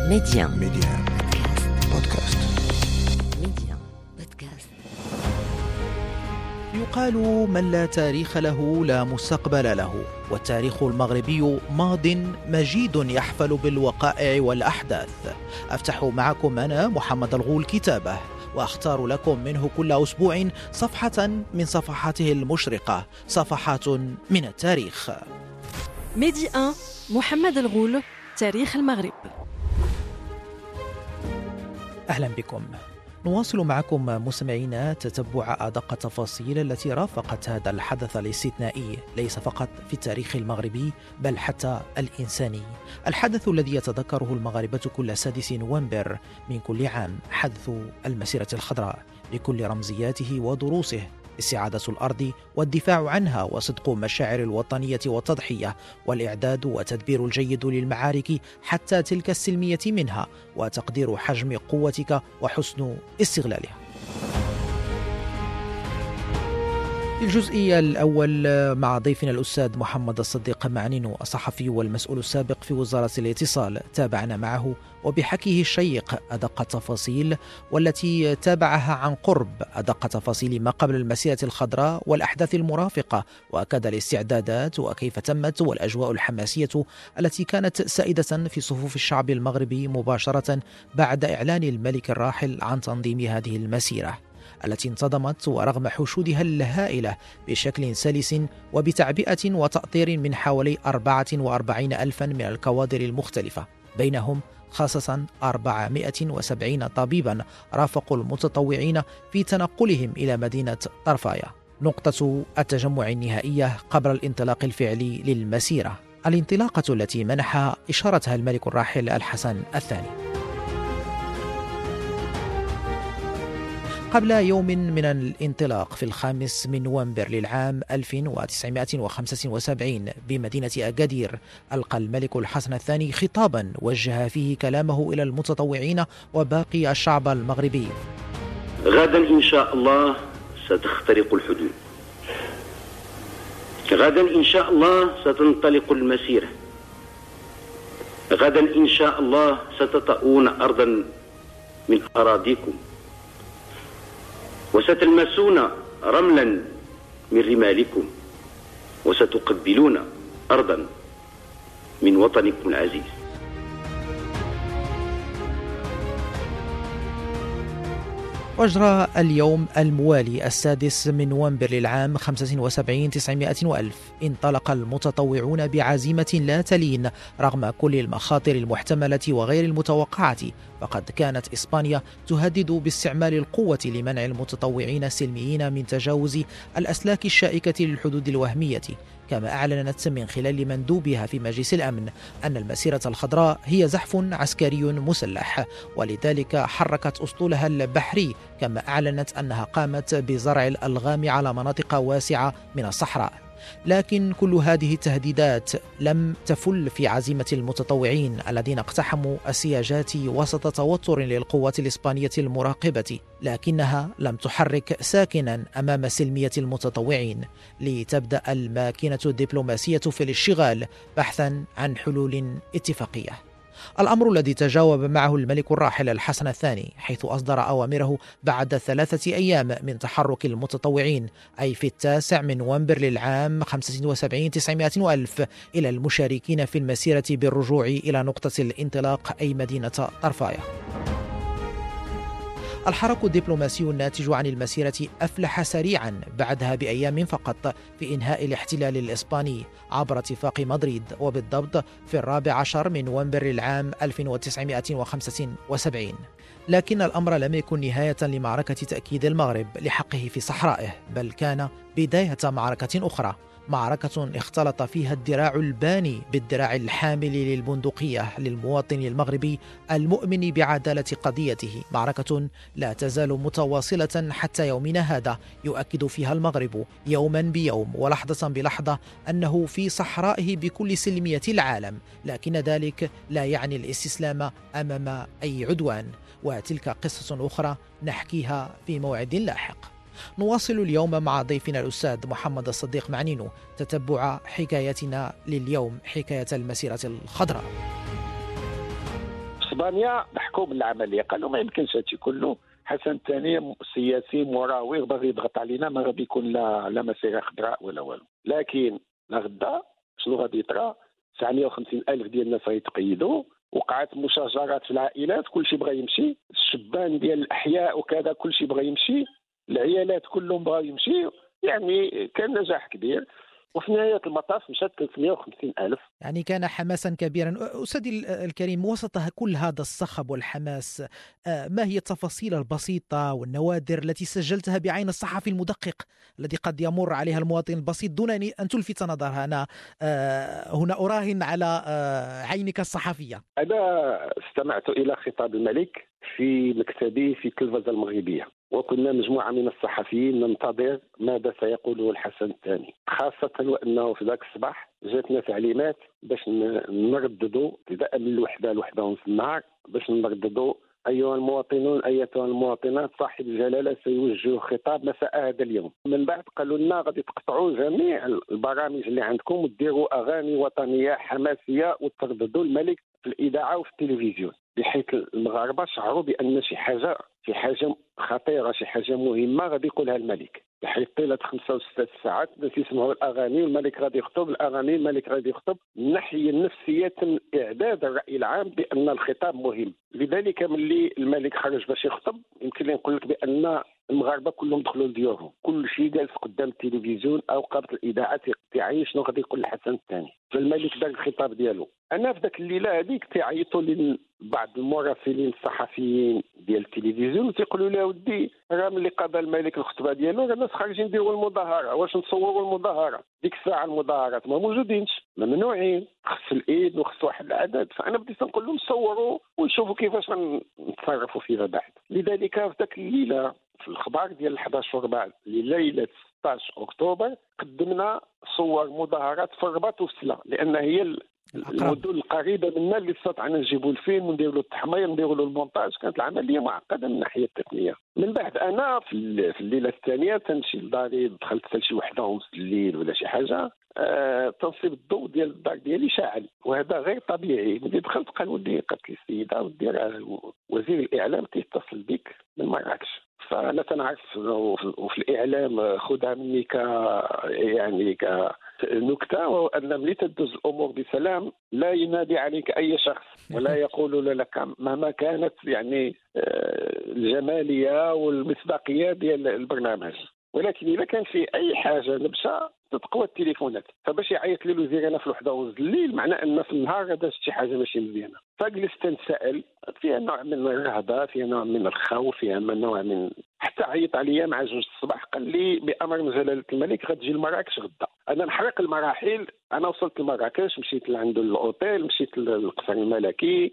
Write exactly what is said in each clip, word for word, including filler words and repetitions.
ميديان ميديان بودكاست. ميديان بودكاست. يقال من لا تاريخ له لا مستقبل له، والتاريخ المغربي ماض مجيد يحفل بالوقائع والأحداث. أفتح معكم أنا محمد الغول كتابه، وأختار لكم منه كل أسبوع صفحة من صفحاته المشرقة، صفحات من التاريخ. ميدي واحد، محمد الغول، تاريخ المغرب. أهلا بكم. نواصل معكم مستمعينا تتبع أدق التفاصيل التي رافقت هذا الحدث الاستثنائي، ليس فقط في التاريخ المغربي بل حتى الإنساني. الحدث الذي يتذكره المغاربة كل سادس نوفمبر من كل عام، حدث المسيرة الخضراء بكل رمزياته ودروسه، استعادة الأرض والدفاع عنها وصدق مشاعر الوطنية والتضحية والإعداد والتدبير الجيد للمعارك حتى تلك السلمية منها، وتقدير حجم قوتك وحسن استغلالها. في الجزء الأول مع ضيفنا الأستاذ محمد الصديق معنين، الصحفي والمسؤول السابق في وزارة الاتصال، تابعنا معه وبحكيه الشيق أدق التفاصيل، والتي تابعها عن قرب أدق تفاصيل ما قبل المسيرة الخضراء والأحداث المرافقة، وأكد الاستعدادات وكيف تمت والأجواء الحماسية التي كانت سائدة في صفوف الشعب المغربي مباشرة بعد إعلان الملك الراحل عن تنظيم هذه المسيرة التي انتظمت ورغم حشودها الهائلة بشكل سلس وبتعبئة وتأطير من حوالي أربعة وأربعين ألفا من الكوادر المختلفة، بينهم خاصة أربعمائة وسبعين طبيبا رافقوا المتطوعين في تنقلهم إلى مدينة طرفايا، نقطة التجمع النهائية قبل الانطلاق الفعلي للمسيرة، الانطلاقة التي منح إشارتها الملك الراحل الحسن الثاني. قبل يوم من الانطلاق في الخامس من نوفمبر للعام ألف وتسعمائة وخمسة وسبعين بمدينة أكادير، ألقى الملك الحسن الثاني خطابا وجه فيه كلامه إلى المتطوعين وباقي الشعب المغربي. غدا إن شاء الله ستخترق الحدود، غدا إن شاء الله ستنطلق المسيرة، غدا إن شاء الله ستطؤون أرضا من أراضيكم وستلمسون رملا من رمالكم وستقبلون أرضا من وطنكم العزيز. وأجرى اليوم الموالي السادس من نوفمبر للعام خمسة وسبعين تسعمائة وألف انطلق المتطوعون بعزيمة لا تلين رغم كل المخاطر المحتملة وغير المتوقعة، فقد كانت إسبانيا تهدد باستعمال القوة لمنع المتطوعين السلميين من تجاوز الأسلاك الشائكة للحدود الوهمية، كما أعلنت من خلال مندوبها في مجلس الأمن أن المسيرة الخضراء هي زحف عسكري مسلح، ولذلك حركت أسطولها البحري، كما أعلنت أنها قامت بزرع الألغام على مناطق واسعة من الصحراء. لكن كل هذه التهديدات لم تفل في عزيمة المتطوعين الذين اقتحموا السياجات وسط توتر للقوات الإسبانية المراقبة، لكنها لم تحرك ساكنا أمام سلمية المتطوعين، لتبدأ الماكينة الدبلوماسية في الاشتغال بحثا عن حلول اتفاقية. الأمر الذي تجاوب معه الملك الراحل الحسن الثاني، حيث أصدر أوامره بعد ثلاثة أيام من تحرك المتطوعين، أي في التاسع من نوفمبر للعام خمسة وسبعين تسعمائة وألف، إلى المشاركين في المسيرة بالرجوع إلى نقطة الانطلاق، أي مدينة طرفايا. الحراك الدبلوماسي الناتج عن المسيرة أفلح سريعا بعدها بأيام فقط في إنهاء الاحتلال الإسباني عبر اتفاق مدريد، وبالضبط في الرابع عشر من نوفمبر العام ألف وتسعمائة وخمسة وسبعين. لكن الأمر لم يكن نهاية لمعركة تأكيد المغرب لحقه في صحرائه، بل كان بداية معركة أخرى، معركة اختلط فيها الدراع الباني بالدراع الحامل للبندقية للمواطن المغربي المؤمن بعدالة قضيته، معركة لا تزال متواصلة حتى يومنا هذا، يؤكد فيها المغرب يوما بيوم ولحظة بلحظة أنه في صحرائه بكل سلمية العالم، لكن ذلك لا يعني الاستسلام أمام أي عدوان، وتلك قصة أخرى نحكيها في موعد لاحق. نواصل اليوم مع ضيفنا الأستاذ محمد الصديق معنين تتبع حكايتنا لليوم، حكاية المسيرة الخضراء. اسبانيا ضحكوا بالعمليه، قالوا ما يمكنش هادشي كله. حسن الثاني سياسي مراوغ باغي يضغط علينا، ما غادي يكون لا لا مسيره خضراء ولا والو. لكن لغدا شنو غادي يطرا؟ تسعمائة وخمسين الف ديال الناس غيتقيدوا، وقعت مشاجرات في العائلات، كلشي بغى يمشي، الشبان ديال الاحياء وكذا كلشي بغى يمشي، العيالات كلهم بغاو يمشيو، يعني كان نجاح كبير. وفي نهاية المطاف مشات ثلاثمائة وخمسين ألف. يعني كان حماسا كبيرا. أستاذي الكريم، وسط كل هذا الصخب والحماس، ما هي التفاصيل البسيطة والنوادر التي سجلتها بعين الصحفي المدقق الذي قد يمر عليها المواطن البسيط دون أن تلفت نظرها؟ أنا هنا أراهن على عينك الصحفية. أنا استمعت إلى خطاب الملك في مكتبي في التلفزة المغربية، وكنا مجموعة من الصحفيين ننتظر ماذا سيقوله الحسن الثاني، خاصة وأنه في ذاك الصباح جاتنا تعليمات باش نرددوا ابتداء من الوحدة الوحدة ونص النهار، باش نرددوا أيها المواطنون أيتها المواطنات، صاحب الجلالة سيوجه خطاب مساء هذا اليوم. من بعد قالوا لنا غادي تقطعوا جميع البرامج اللي عندكم وتديروا أغاني وطنية حماسية وترددوا الملك في الإذاعة وفي التلفزيون، بحيث المغاربة شعروا بأن شي حاجة شي حاجة خطيرة، شي حاجة مهمة غادي يقولها الملك، بحيث طيلة خمسة وستة ساعات باش يسمعوا الأغاني والملك غادي يخطب، الأغاني الملك غادي يخطب. من الناحية النفسية تم إعداد الرأي العام بأن الخطاب مهم. لذلك ملي الملك خرج باش يخطب يمكن لي نقول لك بأن المغاربه كلهم دخلوا لديورهم، كل شيء جالس قدام التلفزيون او قابل الاذاعه تعيش شنو غادي يقول الحسن الثاني. فالملك دار الخطاب ديالو. انا في ذاك الليله هذيك تيعيطوا لي بعض المراسلين الصحفيين ديال التلفزيون وتيقولوا لي ودي راه ملي قضى الملك الخطبه ديالو الناس خارجين يديروا المظاهره، واش نصوروا المظاهره؟ ديك الساعه المظاهرات ما موجودينش، ممنوعين، خص الايد وخص واحد العدد. فانا بديت نقول لهم صوروا ونشوفوا كيفاش غنتصرفوا فيما بعد. لذلك في ذاك الليله في الخبر ديال أحد عشر رباع لليله ستة عشر اكتوبر قدمنا صور مظاهرات في الرباط وفسلا، لان هي المدن القريبه منا اللي استطعنا نجيبوا الفيلم ونديروا له التحمير ونديروا له المونتاج. كانت العمليه معقده من الناحيه التقنيه. من بعد انا في الليله الثانيه تنمشي لداري، دخلت حتى شي وحده ونص الليل ولا شي حاجه، أه تنصيب الضوء ديال الدار ديالي شاعل، وهذا غير طبيعي. ملي دخلت قال ودي قالت لي السيده ودي وزير الاعلام تيتصل بك من مراكش. فانا تنعرف وفي الاعلام خذها مني ك يعني ك نكته، وان ملي تدوز الامور بسلام لا ينادي عليك اي شخص ولا يقول لك مهما كانت يعني الجماليه والمصداقيه ديال البرنامج. ولكن اذا كان في اي حاجه لبسه تتقوى التليفونات، فباش يعيط لي الوزير انا في الوحده ونص الليل معناه ان في النهار دازت شي حاجه ماشي مزيانه. فجلست نسال، فيها نوع من الرهبه، فيها نوع من الخوف، فيها نوع من حتى عيط عليا مع جوج الصباح قال لي بامر من جلاله الملك غتجي لمراكش غدا. انا نحرق المراحل، انا وصلت لمراكش، مشيت لعنده الاوتيل، مشيت للقصر الملكي.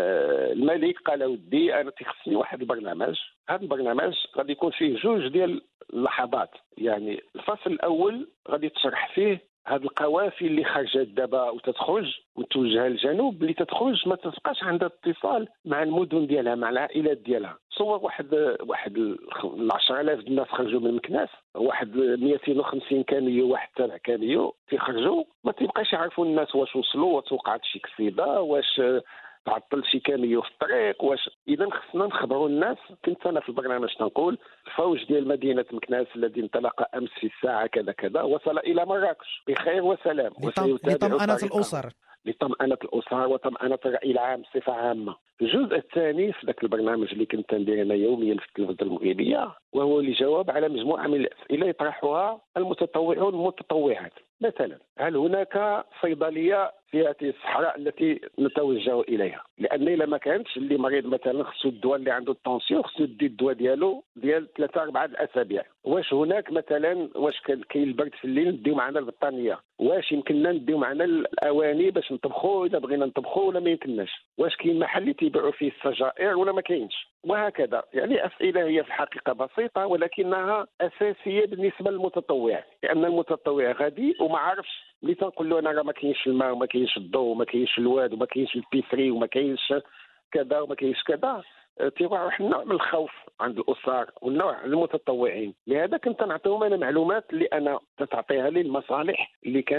آه الملك قال ودي انا تيخصني واحد البرنامج، هذا البرنامج غادي يكون فيه جوج ديال اللحظات. يعني الفصل الاول غادي تشرح فيه هاد القوافل اللي خرجت دابا وتتخرج وتوجه للجنوب، اللي تتخرج ما تبقاش عندها اتصال مع المدن ديالها مع العائلات ديالها. صور واحد واحد عشرة آلاف الناس خرجوا من مكناس، واحد مئتين وخمسين كاميو، واحد تبع كاميو تيخرجوا، ما تيبقاش يعرفوا الناس واش وصلوا، واش وقعت شي كسيده، واش تعطل شي كاميو في الطريق، واش. اذا خصنا نخبروا الناس. كنت انا في البرنامج تنقول الفوج ديال مدينه مكناس الذي انطلق امس في الساعه كذا كذا وصل الى مراكش بخير وسلام لطمأنة الاسر لطمأنة الاسر وطمأنة الرأي العام بصفه عامه. الجزء الثاني في ذاك البرنامج اللي كنت ندير انا يوميا في التلفزه المغربيه، وهو الجواب على مجموعه من الاسئله يطرحها المتطوعون والمتطوعات. مثلا هل هناك صيدليه في هذه الصحراء التي نتوجه اليها؟ لان الا ما كانتش اللي مريض مثلا خصو الدواء اللي عنده الطونسيون خصو يدي الدواء ديالو ديال ثلاثه اربعه الاسابيع. واش هناك مثلا واش كاين البرد في الليل نديو معنا البطانيه؟ واش يمكننا نديو معنا الاواني باش نطبخوا اذا بغينا نطبخوا ولا ما يمكنناش؟ واش كاين محل اللي تيبيعوا فيه السجائر ولا ما كاينش؟ وهكذا. يعني اسئله هي في الحقيقه بسيطه ولكنها اساسيه بالنسبه للمتطوع، لان المتطوع غادي وما عارفش. ملي تنقول له انا راه ما كاينش الماء وما كاينش الضوء وما كاينش الواد وما كاينش البيسري وما كاينش كذا وما كاينش كذا، تيوقع واحد النوع من الخوف عند الاسر والنوع المتطوعين. لهذا كنت نعطيهم انا معلومات اللي انا تتعطيها لي المصالح اللي كانت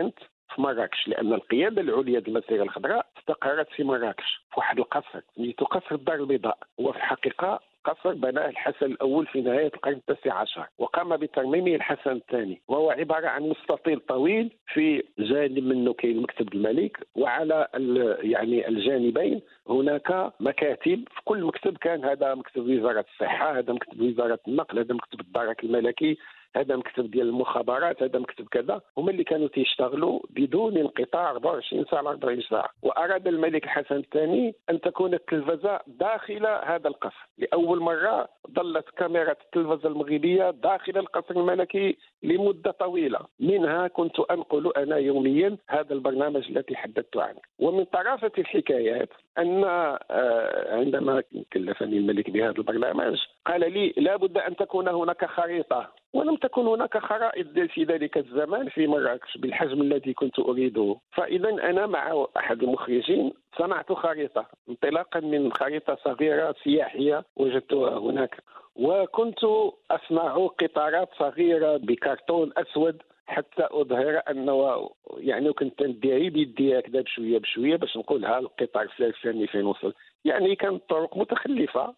في مراكش، لأن القيادة العليا للمسيرة الخضراء استقرت في مراكش في واحد القصر سميتو قصر الدار البيضاء. هو في الحقيقة قصر بناه الحسن الأول في نهاية القرن التاسع عشر، وقام بترميمه الحسن الثاني، وهو عبارة عن مستطيل طويل في جانب منه كاين مكتب الملك، وعلى يعني الجانبين هناك مكاتب. في كل مكتب كان هذا مكتب وزارة الصحة، هذا مكتب وزارة النقل، هذا مكتب الدرك الملكي، هذا مكتب ديال المخابرات، هذا مكتب كذا. هما اللي كانوا تيشتغلوا بدون انقطاع أربعة وعشرين ساعة على أربعة وعشرين ساعة. وأراد الملك الحسن الثاني أن تكون التلفزة داخل هذا القصر. لأول مرة ظلت كاميرا التلفزة المغربية داخل القصر الملكي لمدة طويلة، منها كنت أنقل أنا يوميا هذا البرنامج الذي حدثت عنه. ومن طرافة الحكايات أن عندما كلفني الملك بهذا البرنامج قال لي لابد أن تكون هناك خريطة، ولم تكن هناك خرائط في ذلك الزمان في مراكش بالحجم الذي كنت أريده. فإذا أنا مع أحد المخرجين صنعت خريطة انطلاقا من خريطة صغيرة سياحية وجدتها هناك، وكنت أصنع قطارات صغيرة بكرتون أسود حتى أظهر أنه يعني كنت ندعي بيدي هكذا بشوية بشوية باش نقول ها القطار الفلاني فين وصل. يعني كانت طرق متخلفة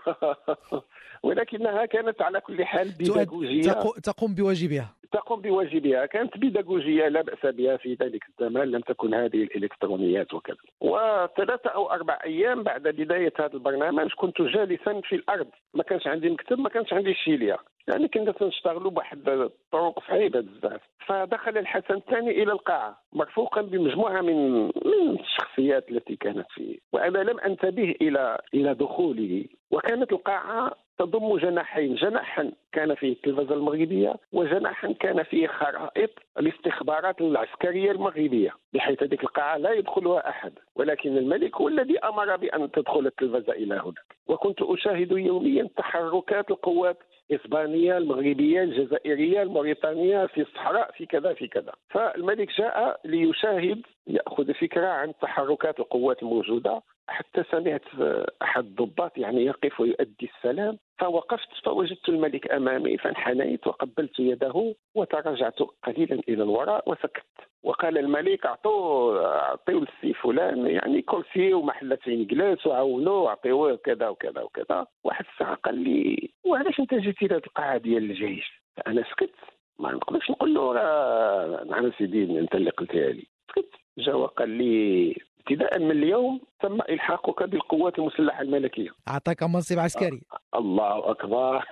ولكنها كانت على كل حال بيداغوجية تقوم بواجبها تقوم بواجبها كانت بيداغوجية لا بأس بها في ذلك الزمان، لم تكن هذه الإلكترونيات وكذا. وثلاثة أو أربع أيام بعد بداية هذا البرنامج كنت جالسا في الأرض، ما كانش عندي مكتب، ما كانش عندي شيليا، يعني كنا نشتغلوا بواحد الطرق صعيبة بزاف. فدخل الحسن الثاني إلى القاعة مرفوقا بمجموعة من من الشخصيات التي كانت فيه، وأنا لم أنتبه إلى إلى دخوله. وكانت القاعة تضم جناحين، جناحا كان فيه التلفزة المغربية وجناحا كان فيه خرائط الاستخبارات العسكرية المغربية، بحيث هذه القاعة لا يدخلها أحد، ولكن الملك هو الذي أمر بأن تدخل التلفزة إلى هناك. وكنت أشاهد يوميا تحركات القوات الإسبانية، المغربية، الجزائرية، الموريتانية، في الصحراء، في كذا في كذا. فالملك جاء ليشاهد، يأخذ فكرة عن تحركات القوات الموجودة، حتى سمعت أحد الضباط يعني يقف ويؤدي السلام، فوقفت فوجدت الملك أمامي، فانحنيت وقبلت يده وتراجعت قليلا إلى الوراء وسكت. وقال الملك أعطوه أعطيوا للسي فلان يعني كرسي ومحلة فين يجلس وعاونوه وأعطيوه كذا وكذا وكذا. واحد الساعة قال لي وعلاش أنت جيتي لهذه القاعة ديال الجيش؟ فأنا سكت، ما نقدرش نقول له نعم سيدي أنت اللي قلتها لي. سكت. جا وقال لي ابتداء من اليوم تم إلحاقك بالقوات المسلحة الملكية. أعطاك منصب عسكري. آه. الله أكبر.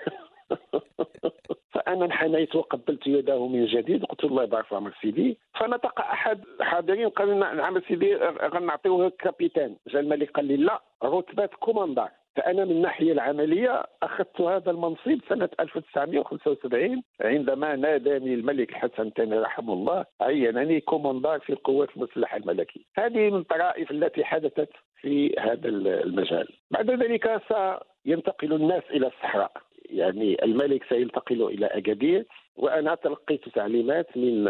فأنا انحنيت وقبلت يده من جديد، قلت الله يبارك في عمرك سيدي. فنطق أحد الحاضرين قال لنا نعم سيدي غنعطيوه كابيتان. جاء الملك قال لي لا، رتبة كوماندار. فأنا من الناحية العملية أخذت هذا المنصب سنة ألف وتسعمائة وخمسة وسبعين عندما ناداني الملك الحسن الثاني رحمه الله، عينني كوماندار في القوات المسلحة الملكية. هذه من الطرائف التي حدثت في هذا المجال. بعد ذلك سينتقل الناس إلى الصحراء، يعني الملك سينتقل إلى أكادير، وأنا تلقيت تعليمات من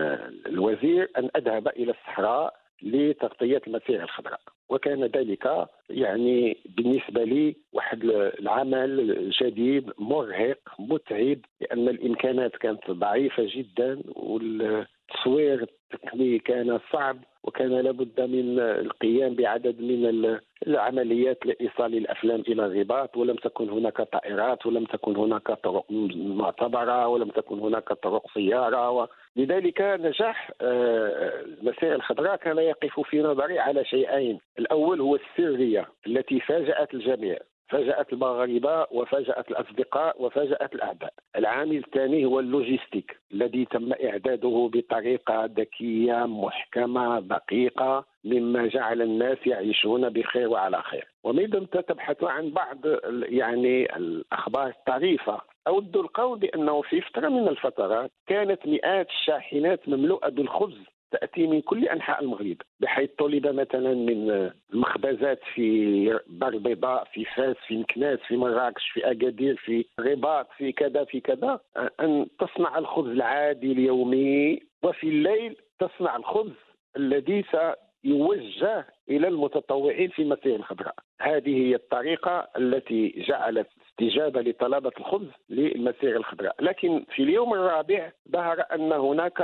الوزير أن أذهب إلى الصحراء لتغطية المسيرة الخضراء. وكان ذلك يعني بالنسبة لي واحد العمل جديد مرهق متعب، لأن الإمكانات كانت ضعيفة جدا والتصوير التقني كان صعب، وكان لابد من القيام بعدد من العمليات لإيصال الأفلام إلى الرباط، ولم تكن هناك طائرات، ولم تكن هناك طرق معتبرة، ولم تكن هناك طرق سيارة. لذلك نجاح المسيرة الخضراء كان يقف في نظري على شيئين. الأول هو السرية التي فاجأت الجميع، فاجأت المغاربة وفاجأت الأصدقاء وفاجأت الأعداء. العامل الثاني هو اللوجيستيك الذي تم إعداده بطريقة ذكية محكمة دقيقة، مما جعل الناس يعيشون بخير وعلى خير. وما دمت تبحث عن بعض يعني الأخبار الطريفة، أود القول بأنه في فترة من الفترات كانت مئات الشاحنات مملوءة بالخبز تأتي من كل أنحاء المغرب، بحيث طلب مثلا من المخبزات في دار البيضاء، في فاس، في مكناس، في مراكش، في أكادير، في الرباط، في كذا في كذا، أن تصنع الخبز العادي اليومي، وفي الليل تصنع الخبز الذي سيوجه إلى المتطوعين في المسيرة الخضراء. هذه هي الطريقة التي جعلت استجابة لطلبة الخبز للمسيرة الخضراء. لكن في اليوم الرابع ظهر أن هناك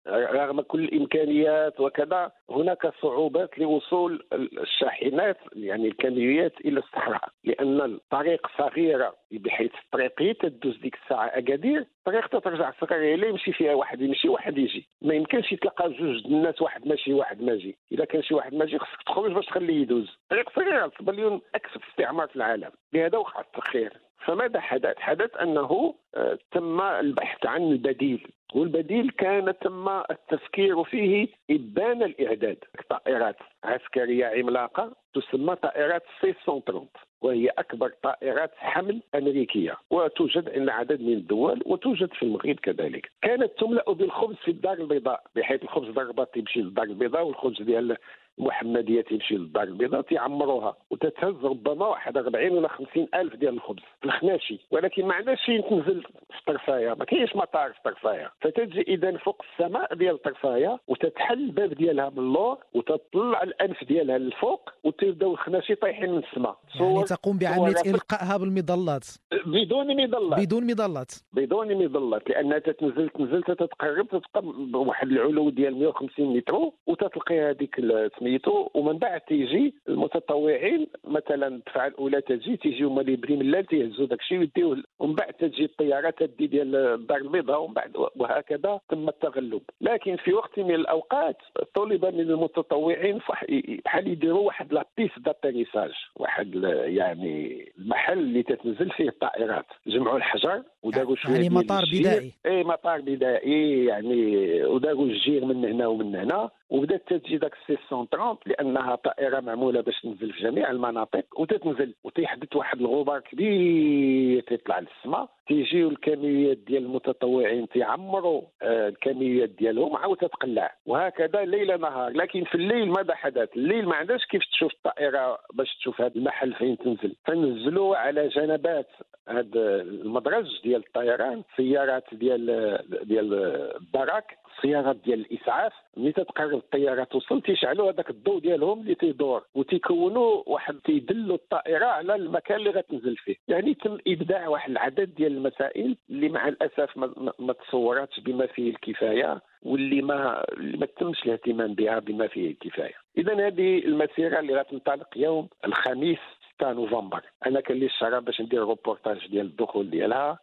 رغم كل الامكانيات وكذا هناك صعوبات لوصول الشاحنات يعني الكميات الى الصحراء، لان الطريق صغيره بحيث الطريق تدوز ديك الساعه اكادير، الطريق ترجع صغيره لا يمشي فيها واحد يمشي واحد يجي، ما يمكنش يتلقى جوج الناس واحد ماشي واحد ماجي، اذا كان شي واحد ماجي خصك تخرج باش تخليه يدوز، طريق صغيره مليون اكثر استعمار في العالم، لهذا وقع التاخير. فماذا حدث؟ حدث انه تم البحث عن البديل، والبديل كان تم التفكير فيه إبان الإعداد. طائرات عسكرية عملاقة تسمى طائرات سي مئة وثلاثين، وهي أكبر طائرات حمل أمريكية، وتوجد عند عدد من الدول وتوجد في المغرب كذلك. كانت تملأ بالخبز في الدار البيضاء، بحيث الخبز ضربات يمشي للدار البيضاء والخبز ديال المحمديه تمشي للدار البيضاء تيعمروها وتتهز ربما واحد أربعين ولا خمسين الف ديال الخبز في الخناشي، ولكن ما عندناش فين تنزل في طرفايه، ما كاينش مطار في طرفايه، فتجي اذا فوق السماء ديال طرفايه وتتحل الباب ديالها من اللور وتطلع الانف ديالها للفوق وتبداو الخناشي طايحين من السماء. يعني تقوم بعمليه القائها بالمظلات بدون مظلات بدون مظلات بدون مظلات لانها تتنزل تنزل تتقرب تتبقى بواحد العلو ديال مئة وخمسين متر وتتلقى هذيك سميتو، ومن بعد تيجي المتطوعين مثلا الدفعه الاولى تجي تيجي هما اللي بلي من تيهزوا داك الشيء ويديوه، ومن بعد تجي الطياره تدي ديال الدار البيضاء، ومن بعد وهكذا تم التغلب. لكن في وقت من الاوقات طلب من المتطوعين بحال يديروا واحد لا بيس داتيريساج، واحد يعني المحل اللي تتنزل فيه الطائرات، جمعوا الحجر وداروا شويه يعني مطار بدائي. اي مطار بدائي يعني، وداروا الجير من هنا ومن هنا، وبدات تجي داك سي مئة وثلاثين لانها طائره معموله باش تنزل في جميع المناطق، وتتنزل وتيحدث واحد الغبار كبير تيطلع للسماء، تيجيو الكميات ديال المتطوعين تيعمروا آه الكميات ديالهم عاود تتقلع، وهكذا ليل نهار. لكن في الليل ماذا حدث؟ الليل ما عندهاش كيف تشوف الطائره باش تشوف هذا المحل فين تنزل، فنزلوا على جنبات هذا المدرج ديال الطيران سيارات ديال ديال الدرك، سيارات ديال الاسعاف، ملي تتقرب الطياره توصل تيشعلوا هذاك الضوء ديالهم اللي تيدور وتيكونوا واحد تيدلوا الطائره على المكان اللي غتنزل فيه. يعني تم ابداع واحد العدد ديال المسائل اللي مع الاسف ما, ما تصوراتش بما فيه الكفايه، واللي ما اللي ما تمش الاهتمام بها بما فيه الكفايه. اذا هذه المسيره اللي غتنطلق يوم الخميس ستة نوفمبر، انا كان لي الشرف باش ندير روبورتاج ديال الدخول ديالها،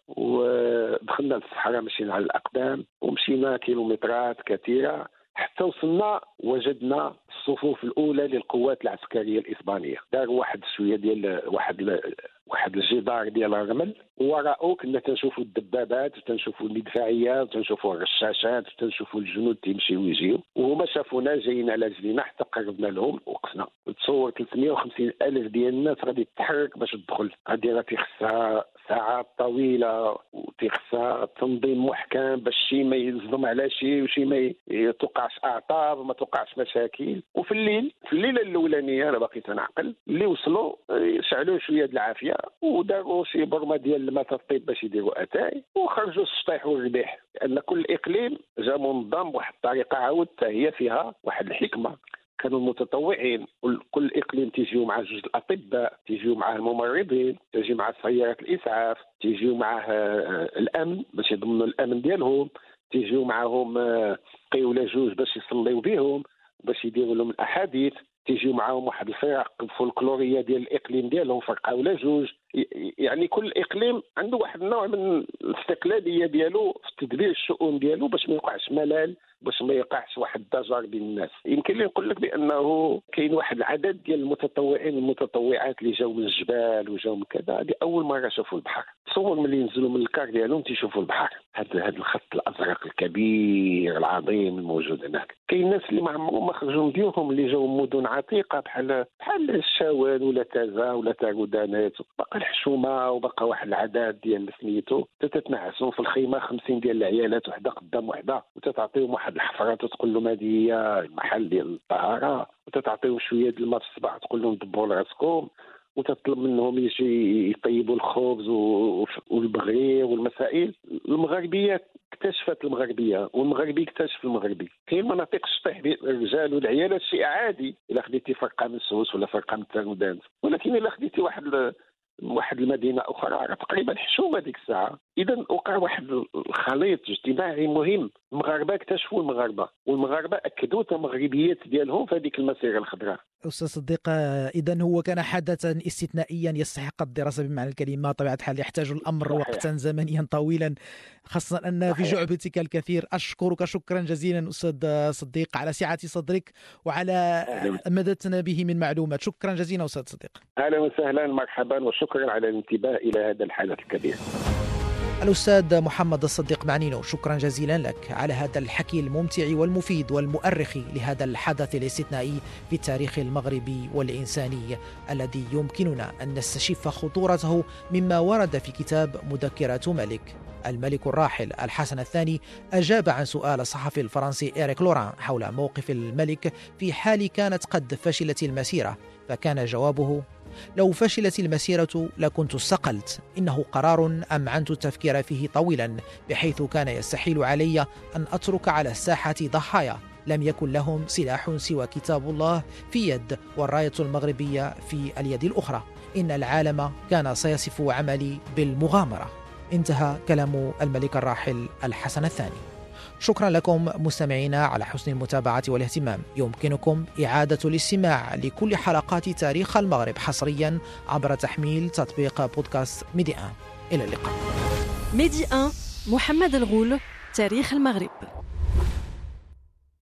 ودخلنا للصحراء مشينا على الاقدام ومشينا كيلومترات كثيره حتى وصلنا وجدنا الصفوف الاولى للقوات العسكريه الاسبانيه. داروا واحد شويه ديال واحد واحد الجدار ديال الرمل، وراءه كنا تنشوفوا الدبابات وتنشوفوا المدفعيات وتنشوفوا الرشاشات وتنشوفوا الجنود تيمشيو ويجيو، وهما شافونا جايين على رجلينا حتى قربنا لهم وقفنا. تصور ثلاثمئة وخمسين الف ديال الناس غادي تتحرك باش تدخل، هذه راه تيخصها ساعات طويله وتيخصها تنظيم محكم باش شي ما يصدم على شي وشي ما يتوقعش اعطاب وما توقعش مشاكل. وفي الليل في الليله الاولانيه انا باقي تنعقل اللي وصلوا شعلوا شويه د العافيه وداروا شي برمه ديال الماء الطيب باش يديروا اتاي وخرجوا السطيح والربيح، لان كل اقليم جا منظم بواحد الطريقه عاود حتى هي فيها واحد الحكمه. كانوا المتطوعين كل اقليم تيجيو مع جوج الاطباء، تيجيو معاه الممرضين، تيجي مع سيارات الاسعاف، تيجيو معاه الامن باش يضمنوا الامن ديالهم، تيجيو معاهم قي ولا جوج باش يصليو بهم باش يديروا لهم الاحاديث، تيجيو معاهم واحد الفرق فولكلوريه ديال الاقليم ديالهم فرقه ولا جوج. يعني كل اقليم عنده واحد النوع من الاستقلاليه ديالو في تدبير الشؤون ديالو باش ما يوقعش ملل، باش ما يوقعش واحد الضجر بين الناس. يمكن لي نقول لك بانه كاين واحد العدد ديال المتطوعين والمتطوعات اللي جاوا من الجبال وجاوا من كذا، هذه اول مره شافوا البحر. تصور ملي ينزلوا من الكار ديالهم تيشوفوا البحر، هذا هذا الخط الازرق الكبير العظيم الموجود هناك. كاين ناس اللي ما عمرهم ما خرجوا من ديورهم، اللي جاوا من مدن عتيقه بحال بحال الشوال ولا تازا ولا تاغودانات، بقى الحشومه وبقى واحد العدد ديال سميتو تتنعسوا في الخيمه خمسين ديال العيالات وحده قدام وحده، وتتعطيهم واحد الحفره تقول لهم هذه هي المحل ديال الطهاره، وتتعطيهم شويه د الماء في الصباح تقول لهم دبروا راسكم، وتطلب منهم يجي يطيبوا الخبز والبغير والمسائل. المغربيه اكتشفت المغربيه والمغربي اكتشف المغربي. كاين مناطق الشطيح الرجال والعيالات شيء عادي الا خديتي فرقه من السوس ولا فرقه من التاغودانت، ولكن الا خديتي واحد واحد المدينه اخرى تقريبا حشومه ديك الساعه. اذا وقع واحد الخليط اجتماعي مهم. المغاربه اكتشفوا المغاربه والمغاربه اكدوا المغربيات ديالهم في هذيك المسيره الخضراء. أستاذ صديق، إذن هو كان حدثا استثنائيا يستحق الدراسة بمعنى الكلمة. طبيعة الحال يحتاج الأمر صحيح. وقتا زمنيا طويلا، خاصة أن صحيح. في جعبتك الكثير. أشكرك شكرا جزيلا أستاذ صديق على سعة صدرك وعلى مددتنا به من معلومات. شكرا جزيلا أستاذ صديق. أهلا وسهلا، مرحبا، وشكرا على الانتباه إلى هذا الحدث الكبير. الأستاذ محمد الصديق معنينو، شكرا جزيلا لك على هذا الحكي الممتع والمفيد والمؤرخ لهذا الحدث الاستثنائي في التاريخ المغربي والإنساني الذي يمكننا أن نستشف خطورته مما ورد في كتاب مذكرات ملك. الملك الراحل الحسن الثاني أجاب عن سؤال الصحفي الفرنسي إريك لوران حول موقف الملك في حال كانت قد فشلت المسيرة، فكان جوابه: لو فشلت المسيرة لكنت استقلت. إنه قرار أمعنت التفكير فيه طويلا، بحيث كان يستحيل علي أن أترك على الساحة ضحايا لم يكن لهم سلاح سوى كتاب الله في يد والراية المغربية في اليد الأخرى. إن العالم كان سيصف عملي بالمغامرة. انتهى كلام الملك الراحل الحسن الثاني. شكرا لكم مستمعينا على حسن المتابعة والاهتمام. يمكنكم إعادة الاستماع لكل حلقات تاريخ المغرب حصريا عبر تحميل تطبيق بودكاست ميدي آن. إلى اللقاء. ميدي آن، محمد الغول، تاريخ المغرب.